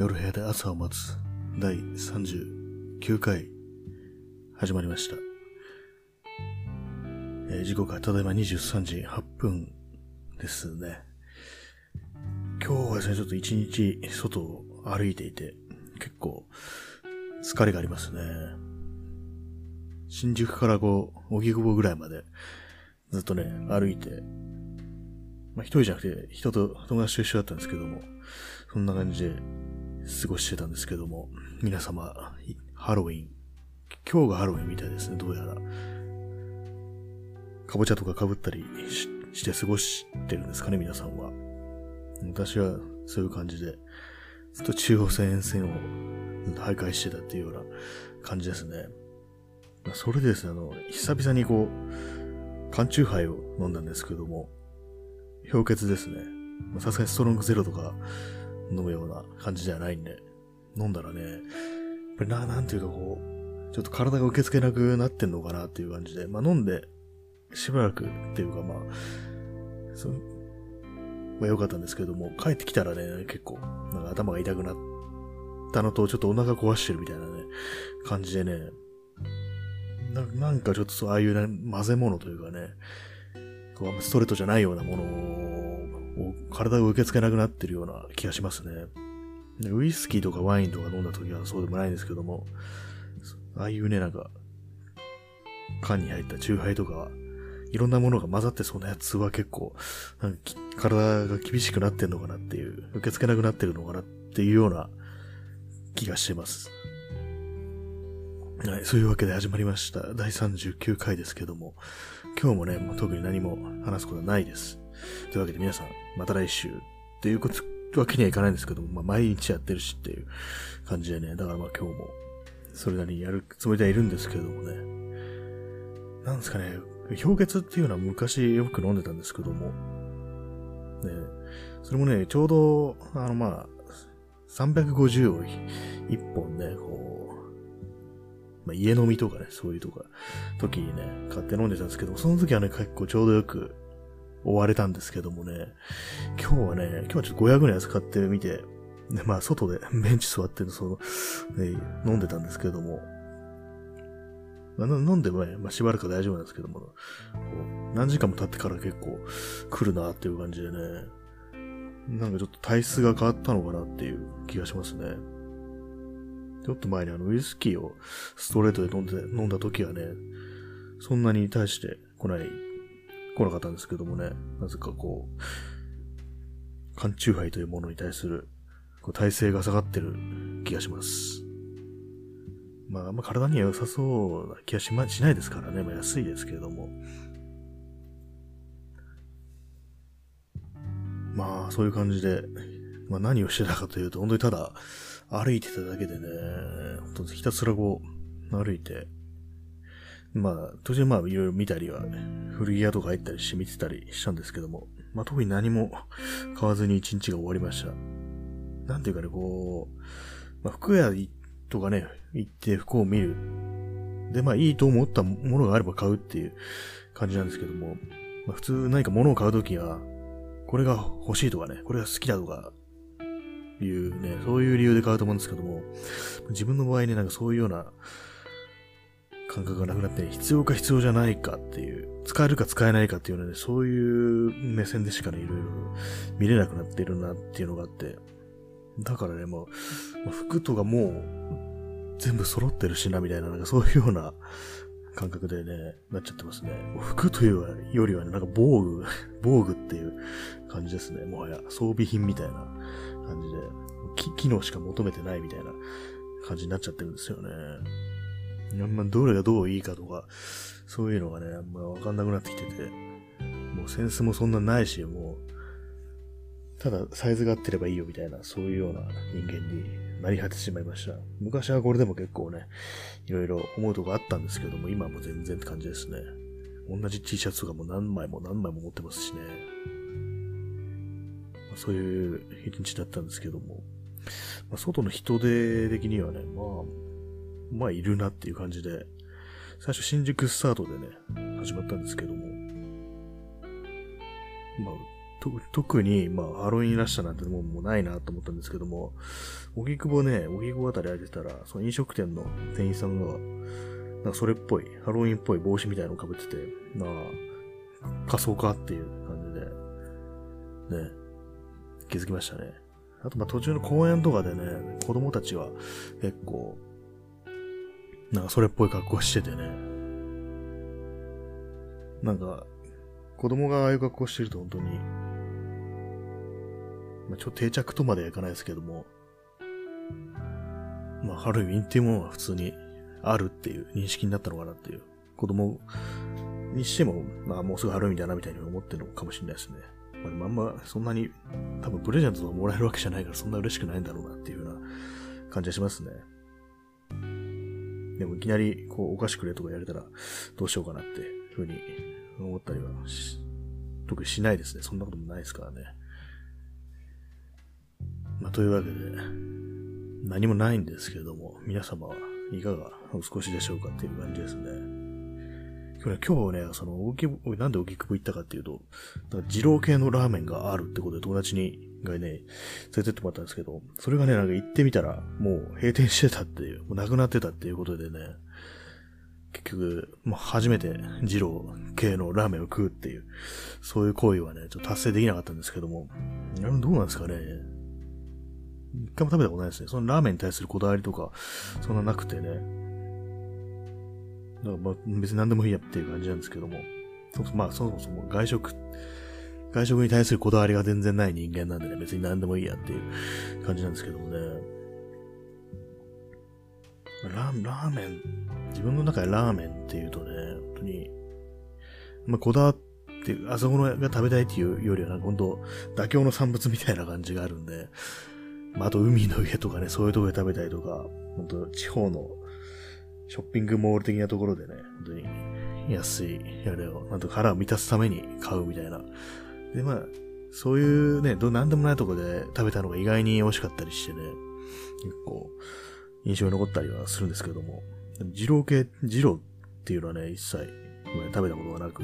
夜部屋で朝を待つ第39回始まりました。時刻はただいま23時8分ですね。今日はですね、ちょっと一日外を歩いていて結構疲れがありますね。新宿から荻窪ぐらいまでずっとね、歩いて、一人じゃなくて友達と一緒だったんですけども、そんな感じで過ごしてたんですけども、皆様、ハロウィン、今日がハロウィンみたいですね、どうやら。かぼちゃとか被ったりして過ごしてるんですかね、皆さんは。私はそういう感じで、ずっと中央線沿線をずっと徘徊してたっていうような感じですね。それでですね、久々に缶チューハイを飲んだんですけども、氷結ですね。さすがにストロングゼロとか飲むような感じではないんで、飲んだらね、やっぱりなんていうかちょっと体が受け付けなくなってんのかなっていう感じで、飲んでしばらくっていうか良かったんですけども、帰ってきたらね、結構、頭が痛くなったのと、ちょっとお腹壊してるみたいなね、感じでね、なんかちょっとああいうね、混ぜ物というかね、ストレートじゃないようなものを体が受け付けなくなってるような気がしますね。ウイスキーとかワインとか飲んだ時はそうでもないんですけども、ああいうね、缶に入ったチューハイとか、いろんなものが混ざってそうなやつは結構、体が厳しくなってんのかなっていう、受け付けなくなってるのかなっていうような気がしてます。はい、そういうわけで始まりました。第39回ですけども、今日もね、特に何も話すことはないです。というわけで皆さん、また来週っていうわけにはいかないんですけども、毎日やってるしっていう感じでね、だから今日もそれなりにやるつもりではいるんですけどもね、なんですかね、氷結っていうのは昔よく飲んでたんですけども、ね、それもね、ちょうど、350を1本ね、家飲みとかね、そういう時にね、買って飲んでたんですけども、その時はね、結構ちょうどよく終われたんですけどもね、今日はちょっと500のやつ買ってみて、ね、外でベンチ座って飲んでたんですけども、飲んでもね、しばらくは大丈夫なんですけども、何時間も経ってから結構来るなっていう感じでね、ちょっと体質が変わったのかなっていう気がしますね。ちょっと前にウイスキーをストレートで飲んだ時はね、そんなに対して来なかったんですけどもね、なぜか缶チューハイというものに対する耐性が下がってる気がします。あんま体には良さそうな気がしないですからね。安いですけれども。そういう感じで、何をしてたかというと、本当にただ歩いてただけでね、本当ひたすら歩いて、途中いろいろ見たりはね、古着屋とか入ったりして見てたりしたんですけども、特に何も買わずに一日が終わりました。なんていうかね、服屋とかね、行って服を見る。で、いいと思ったものがあれば買うっていう感じなんですけども、普通何か物を買うときは、これが欲しいとかね、これが好きだとか、いうね、そういう理由で買うと思うんですけども、自分の場合ね、そういうような感覚がなくなって、必要か必要じゃないかっていう、使えるか使えないかっていうので、そういう目線でしかね、いろいろ見れなくなってるなっていうのがあって、だからね、服とかもう全部揃ってるしな、みたいな、そういうような感覚でね、なっちゃってますね。服というよりはね、防具っていう感じですね。もはや装備品みたいな感じで、機能しか求めてないみたいな感じになっちゃってるんですよね。どれがどういいかとか、そういうのがね、わかんなくなってきてて、もうセンスもそんなないし、もう、ただサイズが合ってればいいよみたいな、そういうような人間になり果ててしまいました。昔はこれでも結構ね、いろいろ思うとこあったんですけども、今はもう全然って感じですね。同じ T シャツとかも何枚も持ってますしね。そういう一日だったんですけども、外の人出的にはね、いるなっていう感じで、最初新宿スタートでね、始まったんですけども、 特に、まあ、ハロウィンらしさなんてもうないなと思ったんですけども、荻窪あたり空いてたら、その飲食店の店員さんが、なんかそれっぽい、ハロウィンっぽい帽子みたいなのを被ってて、まあ、仮装かっていう感じで、ね、気づきましたね。あと、まあ、途中の公園とかでね、子供たちが結構、なんかそれっぽい格好しててね、なんか、子供がああいう格好してると本当に、まあ、ちょっと定着とまではいかないですけども、まあ、ハロウィンっていうものは普通にあるっていう認識になったのかなっていう。子供にしても、まあ、もうすぐハロウィンだなみたいに思ってるのかもしれないですね。まあ、あんまそんなに、多分プレゼントとかもらえるわけじゃないからそんな嬉しくないんだろうなっていうような感じがしますね。でもいきなりこうお菓子くれとか言われたらどうしようかなっていうふうに思ったりは特にしないですね。そんなこともないですからね。まあ、というわけで、何もないんですけれども、皆様はいかがお過ごしでしょうかっていう感じですね。今日ね、なんで荻窪行ったかっていうと、二郎系のラーメンがあるってことで友達がね、連れてってもらったんですけど、それがね、なんか行ってみたら、もう閉店してたっていう、もうなくなってたっていうことでね、結局、まあ、初めて二郎系のラーメンを食うっていう、そういう行為はね、ちょっと達成できなかったんですけども、どうなんですかね。一回も食べたことないですね。そのラーメンに対するこだわりとか、そんななくてね。だからまあ別に何でもいいやっていう感じなんですけども。まあそもそも外食に対するこだわりが全然ない人間なんでね、別に何でもいいやっていう感じなんですけどもね。ラーメン、自分の中でラーメンっていうとね、本当に、まあこだわって、あそこのが食べたいっていうよりはなんか本当妥協の産物みたいな感じがあるんで、まあ、あと海の家とかね、そういうところで食べたりとか、本当地方のショッピングモール的なところでね、本当に安いあれを、なんとか腹を満たすために買うみたいな。で、まあ、そういうね、なんでもないところで食べたのが意外に美味しかったりしてね、結構印象に残ったりはするんですけども、でも二郎っていうのはね、一切食べたことがなく、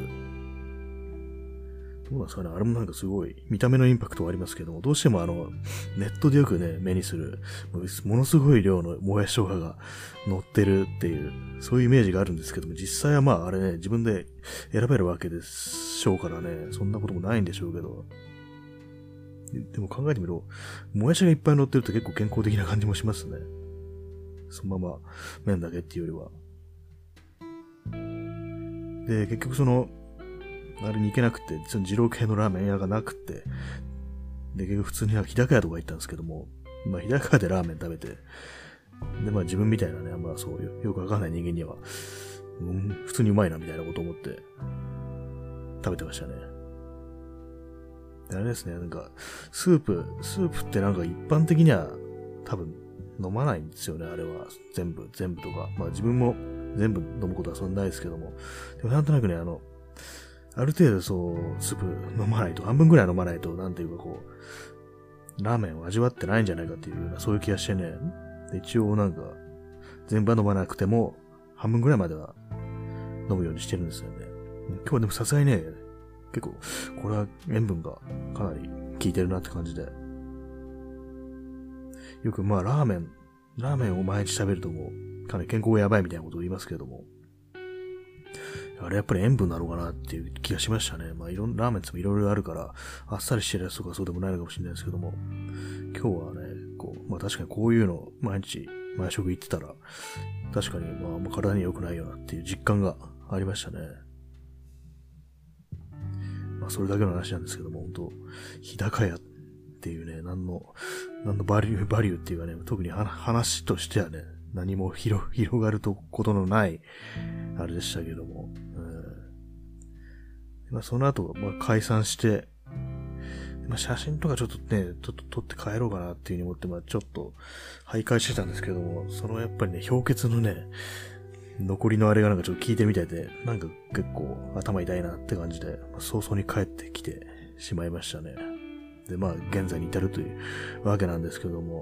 どうなんですかね。あれもなんかすごい見た目のインパクトはありますけども、どうしてもネットでよくね、目にする、ものすごい量のもやし生姜が乗ってるっていう、そういうイメージがあるんですけども、実際はまああれね、自分で選べるわけでしょうからね、そんなこともないんでしょうけど、でも考えてみると、もやしがいっぱい乗ってると結構健康的な感じもしますね。そのまま麺だけっていうよりは。で、結局あれに行けなくて、その二郎系のラーメン屋がなくて、で、結局普通に日高屋とか行ったんですけども、まあ日高屋でラーメン食べて、で、まあ自分みたいなね、あんまそういう、よくわかんない人間には、普通にうまいなみたいなことを思って、食べてましたね。であれですね、なんか、スープってなんか一般的には多分飲まないんですよね、あれは。全部とか。まあ自分も全部飲むことはそんなないですけども。でもなんとなくね、ある程度スープ飲まないと、半分ぐらい飲まないと、なんていうかラーメンを味わってないんじゃないかっていうような、そういう気がしてね。で一応なんか、全部は飲まなくても、半分ぐらいまでは飲むようにしてるんですよね。今日はでもさすがにね、結構、これは塩分がかなり効いてるなって感じで。よくまあラーメンを毎日食べるともう、かなり健康がやばいみたいなことを言いますけれども、あれやっぱり塩分なのかなっていう気がしましたね。まあラーメンってもいろいろあるから、あっさりしてるやつとかそうでもないのかもしれないですけども、今日はね、まあ確かにこういうの毎日、毎食行ってたら、確かにまああんま体に良くないよなっていう実感がありましたね。まあそれだけの話なんですけども、本当日高屋っていうね、何のバリューっていうかね、特に話としてはね、何も広がることのない、あれでしたけども、まあ、その後、まあ、解散して、まあ、写真とかちょっと撮って帰ろうかなっていう風に思って、まあ、ちょっと、徘徊してたんですけども、やっぱりね、氷結のね、残りのあれがなんかちょっと聞いてみたいで、なんか結構頭痛いなって感じで、まあ、早々に帰ってきてしまいましたね。で、まあ、現在に至るというわけなんですけども、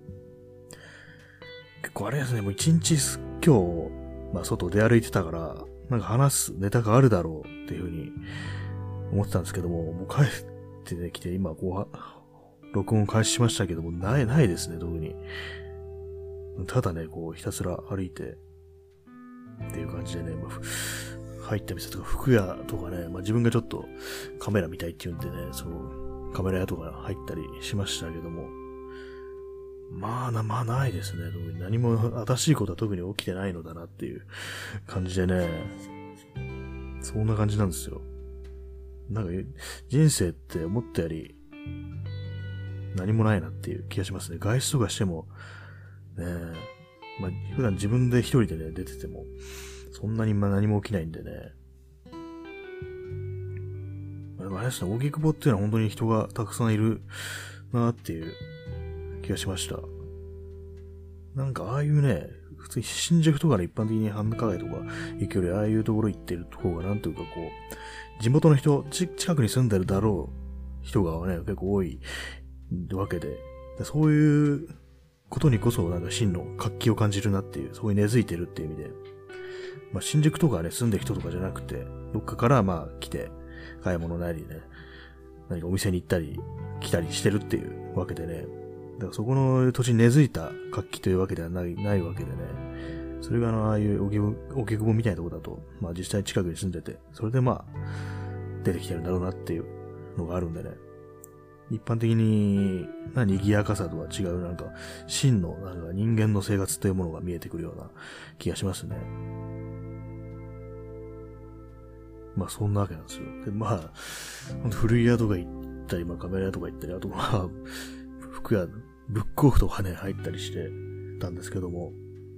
結構あれですね、もう一日今日、まあ外出歩いてたから、なんか話すネタがあるだろうっていう風に思ってたんですけども、もう帰っってね、きて、今、こう、録音開始しましたけども、ないですね、特に。ただね、こう、ひたすら歩いて、っていう感じでね、入った店とか服屋とかね、自分がちょっとカメラ見たいって言うんでね、カメラ屋とか入ったりしましたけども、ないですね。特に何も新しいことは特に起きてないのだなっていう感じでね、そんな感じなんですよ。なんか人生って思ったより何もないなっていう気がしますね。外出とかしても、ね、普段自分で一人でね、出てても、そんなに何も起きないんでね。あれですね、荻窪っていうのは本当に人がたくさんいるなっていう気がしました。なんかああいうね、普通に新宿とかね、一般的に繁華街とか行くよりああいうところ行ってる方がなんというかこう、地元の人、近くに住んでるだろう人がね、結構多いわけで、そういうことにこそなんか真の活気を感じるなっていう、そこに根付いてるっていう意味で、新宿とかね、住んでる人とかじゃなくて、どっかから来て、買い物なりね、何かお店に行ったり、来たりしてるっていうわけでね、だからそこの土地に根付いた活気というわけではないわけでね、それがああいう荻窪みたいなところだと、実際近くに住んでて、それで出てきてるんだろうなっていうのがあるんでね、一般的に、賑やかさとは違う、なんか、真の、なんか人間の生活というものが見えてくるような気がしますね。そんなわけなんですよ。で、ほんと古着屋とか行ったり、カメラ屋とか行ったり、あと服屋、ブックオフとかね、入ったりしてたんですけども、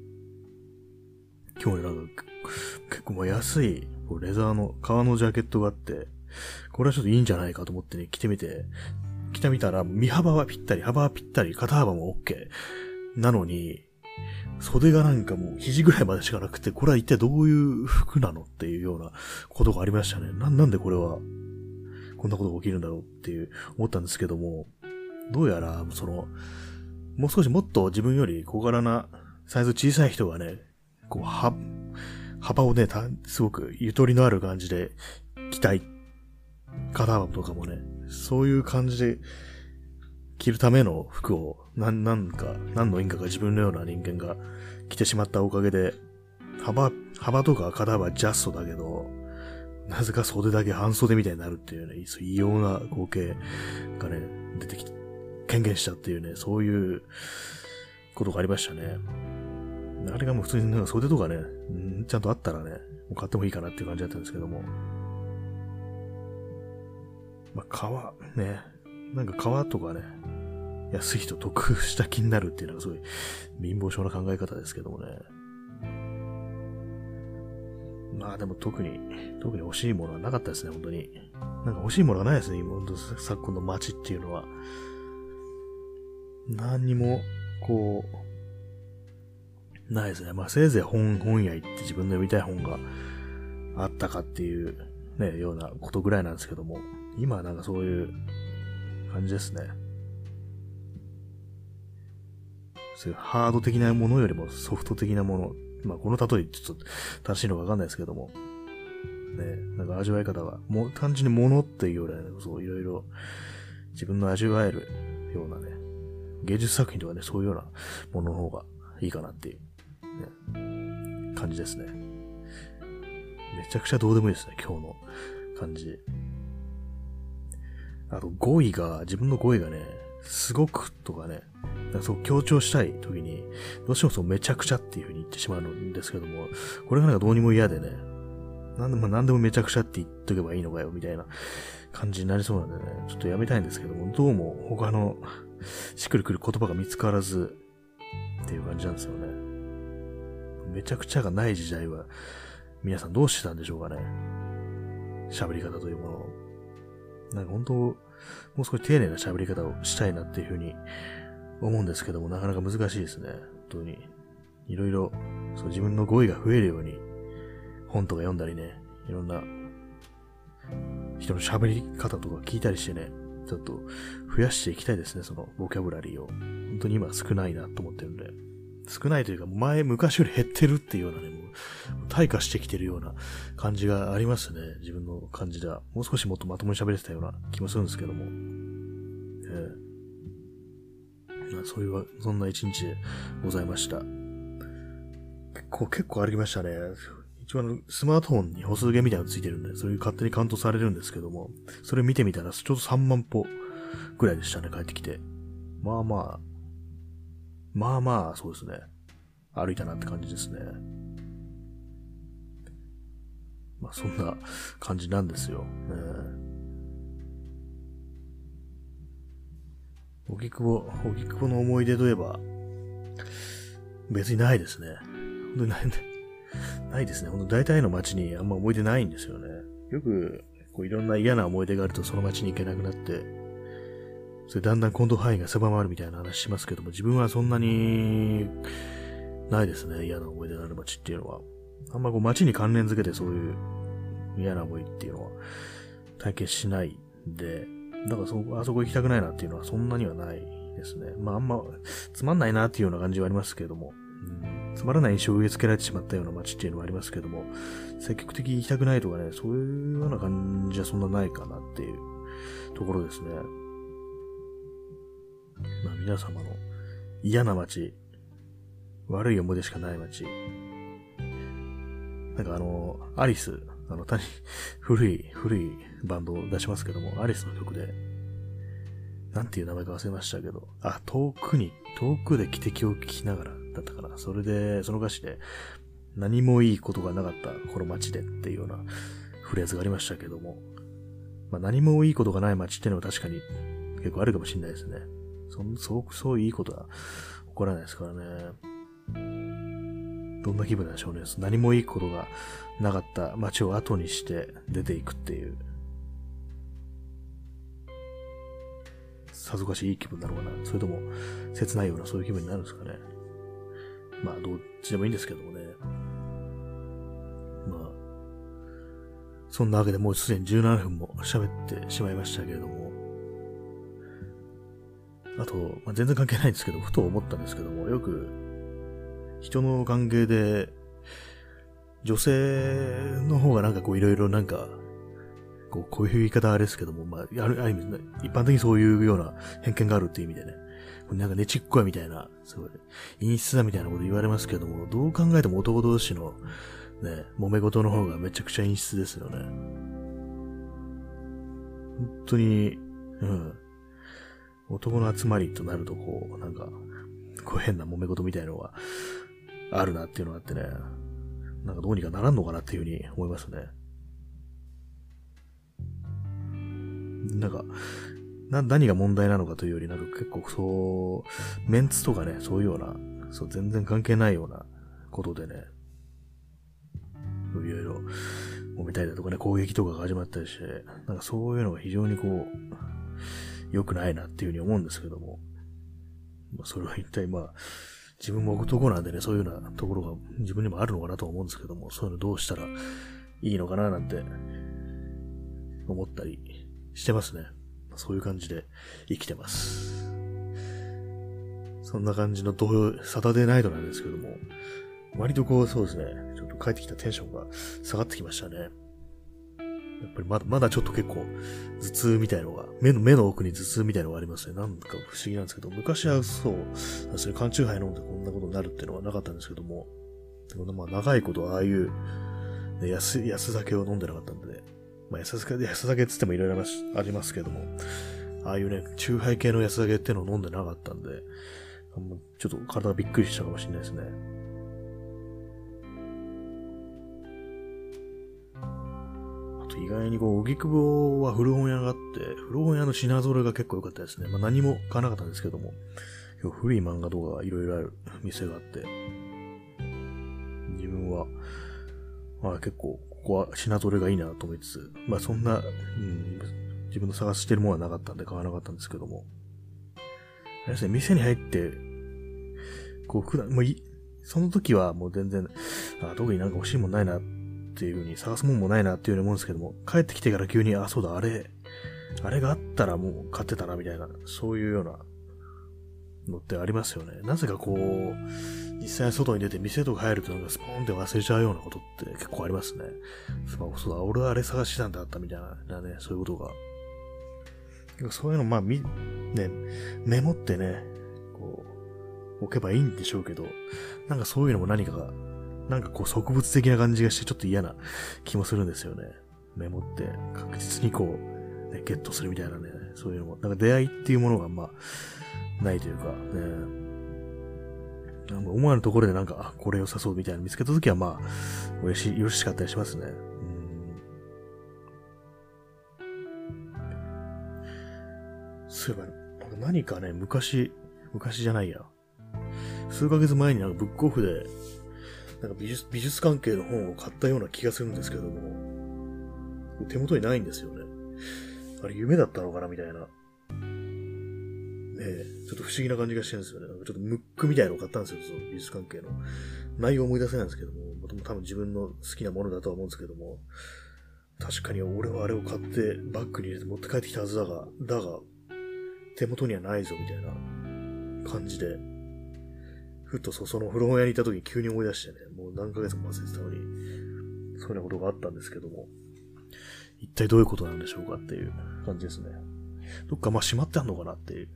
今日ね、なんか、結構安い、レザーの、革のジャケットがあって、これはちょっといいんじゃないかと思ってね、着てみたら、身幅はぴったり、幅はぴったり、肩幅も OK。なのに、袖がなんかもう肘ぐらいまでしかなくて、これは一体どういう服なのっていうようなことがありましたね。なんでこれは、こんなことが起きるんだろうっていう思ったんですけども、どうやら、もう少しもっと自分より小柄な、サイズ小さい人がね、こう、幅をね、すごくゆとりのある感じで着たい。肩幅とかもね、そういう感じで着るための服を、何の因果か自分のような人間が着てしまったおかげで、幅とか肩幅はジャストだけど、なぜか袖だけ半袖みたいになるっていうね、そういう異様な光景がね、出てきて、権限したっていうね、そういうことがありましたね。あれがもう普通になんか袖とかね、ちゃんとあったらね、もう買ってもいいかなっていう感じだったんですけども。革、ね、なんか革とかね、安い人得した気になるっていうのがすごい貧乏症な考え方ですけどもね。でも特に欲しいものはなかったですね、本当に。なんか欲しいものがないですね、今、本当昨今の街っていうのは。何にも、こう、ないですね。せいぜい本屋行って自分の読みたい本があったかっていう、ね、ようなことぐらいなんですけども、今はなんかそういう感じですね。そういうハード的なものよりもソフト的なもの。この例えちょっと正しいのかわかんないですけども。ね、なんか味わい方が、単純に物っていうよりはね、そういろいろ自分の味わえるようなね、芸術作品とかね、そういうようなものの方がいいかなっていう、ね、感じですね。めちゃくちゃどうでもいいですね、今日の感じ。あと自分の語彙がね、すごくとかね、そう強調したい時に、どうしてもめちゃくちゃっていう風に言ってしまうんですけども、これがなんかどうにも嫌でね、なんでもめちゃくちゃって言っとけばいいのかよ、みたいな感じになりそうなんでね、ちょっとやめたいんですけども、どうも他のしっくりくる言葉が見つからず、っていう感じなんですよね。めちゃくちゃがない時代は、皆さんどうしてたんでしょうかね。喋り方というものを。なんか本当、もう少し丁寧な喋り方をしたいなっていう風に思うんですけども、なかなか難しいですね。本当に。いろいろ、自分の語彙が増えるように、本とか読んだりね、いろんな人の喋り方とか聞いたりしてね、ちょっと増やしていきたいですね、そのボキャブラリーを。本当に今少ないなと思ってるんで。 少ないというか、昔より減ってるっていうようなね、もう、退化してきてるような感じがありますね。自分の感じでは。もう少しもっとまともに喋れてたような気もするんですけども。そんな一日でございました。結構歩きましたね。一応スマートフォンに歩数計みたいなのついてるんで、そういう勝手にカウントされるんですけども、それ見てみたら、ちょうど3万歩ぐらいでしたね、帰ってきて。まあまあ、そうですね。歩いたなって感じですね。まあ、そんな感じなんですよ。荻窪の思い出といえば、別にないですね。本当にないですね。本当大体の街にあんま思い出ないんですよね。よく、いろんな嫌な思い出があるとその街に行けなくなって、それだんだん行動範囲が狭まるみたいな話しますけども、自分はそんなにないですね。嫌な思い出がある街っていうのは。あんま街に関連づけてそういう嫌な思いっていうのは体験しないんで、だからあそこ行きたくないなっていうのはそんなにはないですね。まああんまつまんないなっていうような感じはありますけれども、つまらない印象を植え付けられてしまったような街っていうのはありますけども、積極的に行きたくないとかね、そういうような感じはそんなないかなっていうところですね。まあ皆様の嫌な街、悪い思い出しかない街。なんかアリス、古いバンドを出しますけども、アリスの曲で、なんていう名前か忘れましたけど、遠くで汽笛を聞きながらだったかな。それで、その歌詞で、何もいいことがなかったこの街でっていうようなフレーズがありましたけども、まあ何もいいことがない街っていうのは確かに結構あるかもしれないですね。そういいことは起こらないですからね。どんな気分なんでしょうね。何もいいことがなかった街を後にして出ていくっていう。さぞかしいい気分なのかな。それとも切ないようなそういう気分になるんですかね。まあどっちでもいいんですけどもね。まあ、そんなわけでもうすでに17分も喋ってしまいましたけれども。あと、全然関係ないんですけど、ふと思ったんですけども、よく人の関係で女性の方がなんかいろいろなんかこういう言い方はあれですけども、まあ、ある意味、一般的にそういうような偏見があるっていう意味でね、なんかねちっこいみたいな、すごい、陰湿だみたいなこと言われますけども、どう考えても男同士のね、揉め事の方がめちゃくちゃ陰湿ですよね。本当に、男の集まりとなるとなんか、変な揉め事みたいなのがあるなっていうのがあってね、なんかどうにかならんのかなっていうふうに思いますね。なんか、何が問題なのかというより、なんか結構メンツとかね、そういうような、全然関係ないようなことでね、いろいろ揉めたりだとかね、攻撃とかが始まったりして、なんかそういうのが非常に良くないなっていうふうに思うんですけども、それは一体自分も男なんでね、そういうようなところが自分にもあるのかなと思うんですけども、そういうのどうしたらいいのかななんて思ったりしてますね。そういう感じで生きてます。そんな感じのサタデーナイトなんですけども、割とそうですね、ちょっと帰ってきたテンションが下がってきましたね。やっぱりまだちょっと結構頭痛みたいのが、目の奥に頭痛みたいのがありますね。なんか不思議なんですけど、昔はそうですね、缶チューハイ飲んでこんなことになるっていうのはなかったんですけども、でも長いことああいう、ね、安酒を飲んでなかったんでね、安酒って言ってもいろいろありますけども、ああいうね、チューハイ系の安酒っていうのを飲んでなかったんで、ちょっと体がびっくりしたかもしれないですね。あと意外に荻窪は古本屋があって、古本屋の品揃えが結構良かったですね。何も買わなかったんですけども、古い漫画とかいろいろある店があって、自分は、結構ここは品揃えがいいなと思いつつ、そんな、自分の探してるものはなかったんで買わなかったんですけども、あれですね、店に入って、普段、その時はもう全然、特になんか欲しいもんないなっていう風に探すもんもないなっていうように思うんですけども、帰ってきてから急に、そうだ、あれがあったらもう買ってたなみたいな、そういうようなのってありますよね。なぜか実際外に出て店とか入るとなんかスポーンって忘れちゃうようなことって結構ありますね。そうだ、俺はあれ探してたんだったみたいなね、そういうことが。そういうの、まあ、ね、メモってね、こう、置けばいいんでしょうけど、なんかそういうのもなんかこう、植物的な感じがしてちょっと嫌な気もするんですよね。メモって確実にこう、ね、ゲットするみたいなね、そういうのも、なんか出会いっていうものがまあ、ないというか、ね、思わぬところでなんか、これ良さそうみたいなの見つけたときはまあ、嬉しかったりしますね。そういえば、なんか何かね、昔じゃないや。数ヶ月前になんかブックオフで、なんか美術関係の本を買ったような気がするんですけども、手元にないんですよね。あれ夢だったのかなみたいな。ねえ、ちょっと不思議な感じがしてるんですよね。なんかちょっとムックみたいなのを買ったんですよ、その美術関係の。内容を思い出せないんですけども、多分自分の好きなものだとは思うんですけども、確かに俺はあれを買ってバッグに入れて持って帰ってきたはずだが、手元にはないぞみたいな感じで、ふっとその古本屋にいた時に急に思い出してね、もう何ヶ月も忘れてたのに、そういうようなことがあったんですけども、一体どういうことなんでしょうかっていう感じですね。どっかまあ閉まってあんのかなっていう。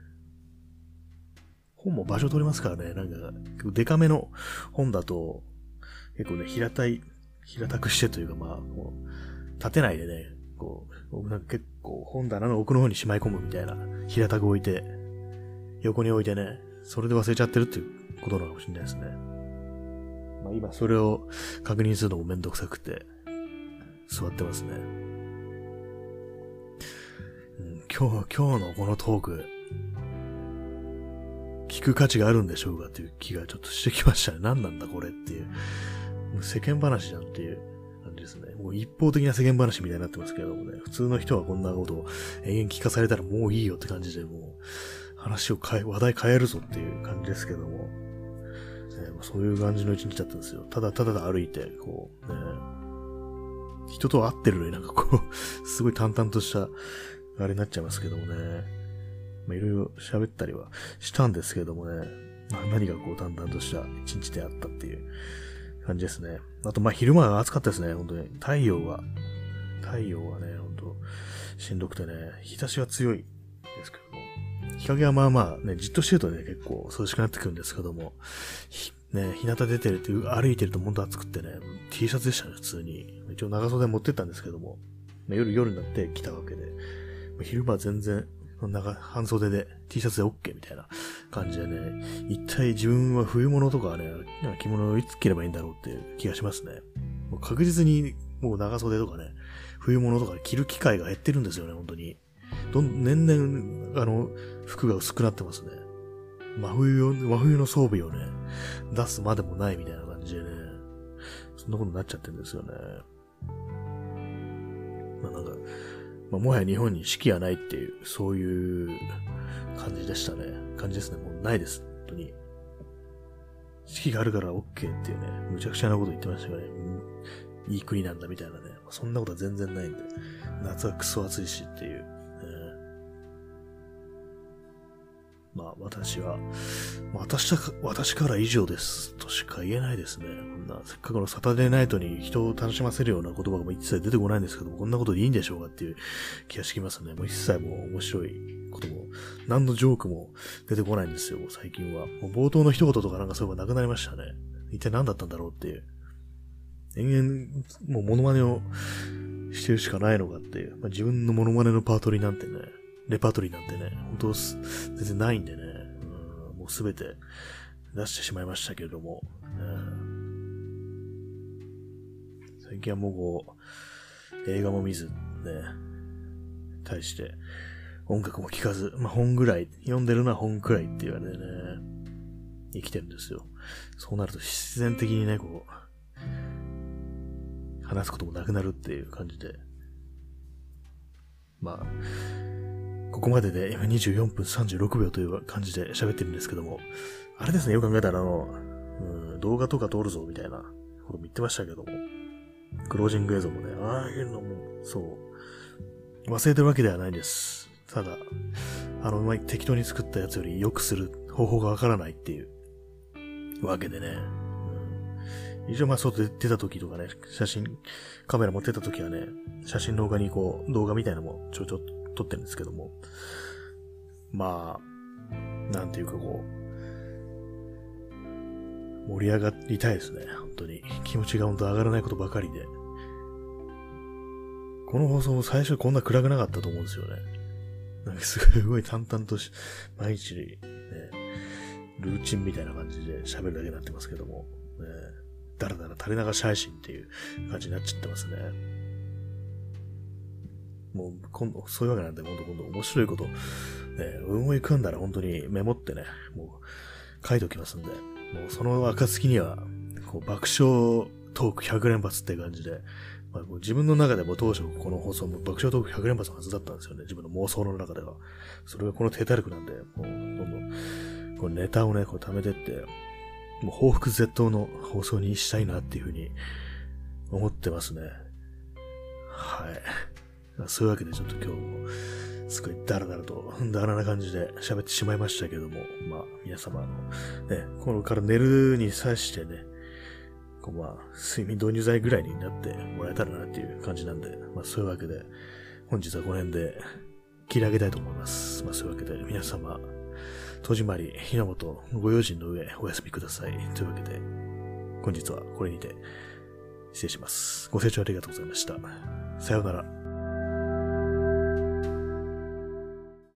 本も場所取りますからね、なんか、デカめの本だと、結構ね、平たくしてというかまあ、こう立てないでね、こう、なんか結構本棚の奥の方にしまい込むみたいな、平たく置いて、横に置いてね、それで忘れちゃってるっていうことなのかもしれないですね。まあ今それを確認するのもめんどくさくて、座ってますね。今日のこのトーク、聞く価値があるんでしょうかっていう気がちょっとしてきましたね。何なんだこれっていう。もう世間話じゃんっていう感じですね。もう一方的な世間話みたいになってますけどもね。普通の人はこんなことを延々聞かされたらもういいよって感じで、もう話題変えるぞっていう感じですけども。そういう感じの一日だったんですよ。ただ歩いて、こう、ね、人と会ってるのになんかこう、すごい淡々とした、あれになっちゃいますけどもね。まあ、いろいろ喋ったりはしたんですけどもね。何がこう淡々とした一日であったっていう感じですね。あと、まあ、昼間は暑かったですね、本当に。太陽がね、本当しんどくてね、日差しは強いですけども。日陰はまあまあね、じっとしてるとね、結構涼しくなってくるんですけども、日向出てるっていう、歩いてると本当暑くってね、T シャツでしたね、普通に。一応長袖持ってったんですけども、夜になって来たわけで、昼間は全然、半袖で T シャツで OK みたいな感じでね、一体自分は冬物とかね、着物をいつ着ればいいんだろうっていう気がしますね。もう確実にもう長袖とかね、冬物とか着る機会が減ってるんですよね、本当に。年々、服が薄くなってますね。真冬の装備をね、出すまでもないみたいな感じでね、そんなことになっちゃってるんですよね。もはや日本に四季はないっていう、そういう感じでしたね。感じですね。もうないです。本当に。四季があるから OK っていうね、むちゃくちゃなこと言ってましたからね。いい国なんだみたいなね。そんなことは全然ないんで。夏はクソ暑いしっていう。まあ私から以上ですとしか言えないですね。こんな、せっかくのサタデーナイトに人を楽しませるような言葉が一切出てこないんですけども、こんなことでいいんでしょうかっていう気がしてきますね。もう一切もう面白いことも、何のジョークも出てこないんですよ、最近は。もう冒頭の一言とかなんかそういえばなくなりましたね。一体何だったんだろうっていう。延々、もうモノマネをしてるしかないのかっていう。自分のモノマネのレパートリーなんてね、本当全然ないんでね、もうすべて出してしまいましたけれども、最近はもうこう、映画も見ず、ね、対して音楽も聴かず、本ぐらい、読んでるのは本くらいって言われてね、生きてるんですよ。そうなると自然的にね、こう、話すこともなくなるっていう感じで、ここまでで今24分36秒という感じで喋ってるんですけども、あれですね、よく考えたら動画とか撮るぞみたいなことも言ってましたけども、クロージング映像もね、ああいうのも、そう、忘れてるわけではないんです。ただ、適当に作ったやつより良くする方法がわからないっていうわけでね。一応外で出た時とかね、カメラ持ってた時はね、写真の他にこう、動画みたいなのもちょっと撮ってるんですけども、まあ、なんていうかこう、盛り上がりたいですね、本当に。気持ちが本当上がらないことばかりで。この放送最初こんな暗くなかったと思うんですよね。なんかすごい淡々と毎日、ね、ルーチンみたいな感じで喋るだけになってますけども、ね、だらだら垂れ流し配信っていう感じになっちゃってますね。もう今度、そういうわけなんで、今度面白いこと、ね、思い浮かんだら本当にメモってね、もう書いておきますんで、もうその暁には、こう爆笑トーク100連発って感じで、まあ、もう自分の中でも当初この放送も爆笑トーク100連発のはずだったんですよね。自分の妄想の中では。それがこの低体力なんで、もうどんどん、こうネタをね、こう貯めてって、もう報復絶倒の放送にしたいなっていうふうに思ってますね。はい。そういうわけでちょっと今日も、すごいダラダラな感じで喋ってしまいましたけども、まあ皆様ね、これから寝るに際してね、まあ、睡眠導入剤ぐらいになってもらえたらなっていう感じなんで、まあそういうわけで、本日はこの辺で切り上げたいと思います。まあそういうわけで、皆様、戸締まり、ひなもとご用心の上、お休みください。というわけで、本日はこれにて失礼します。ご清聴ありがとうございました。さようなら。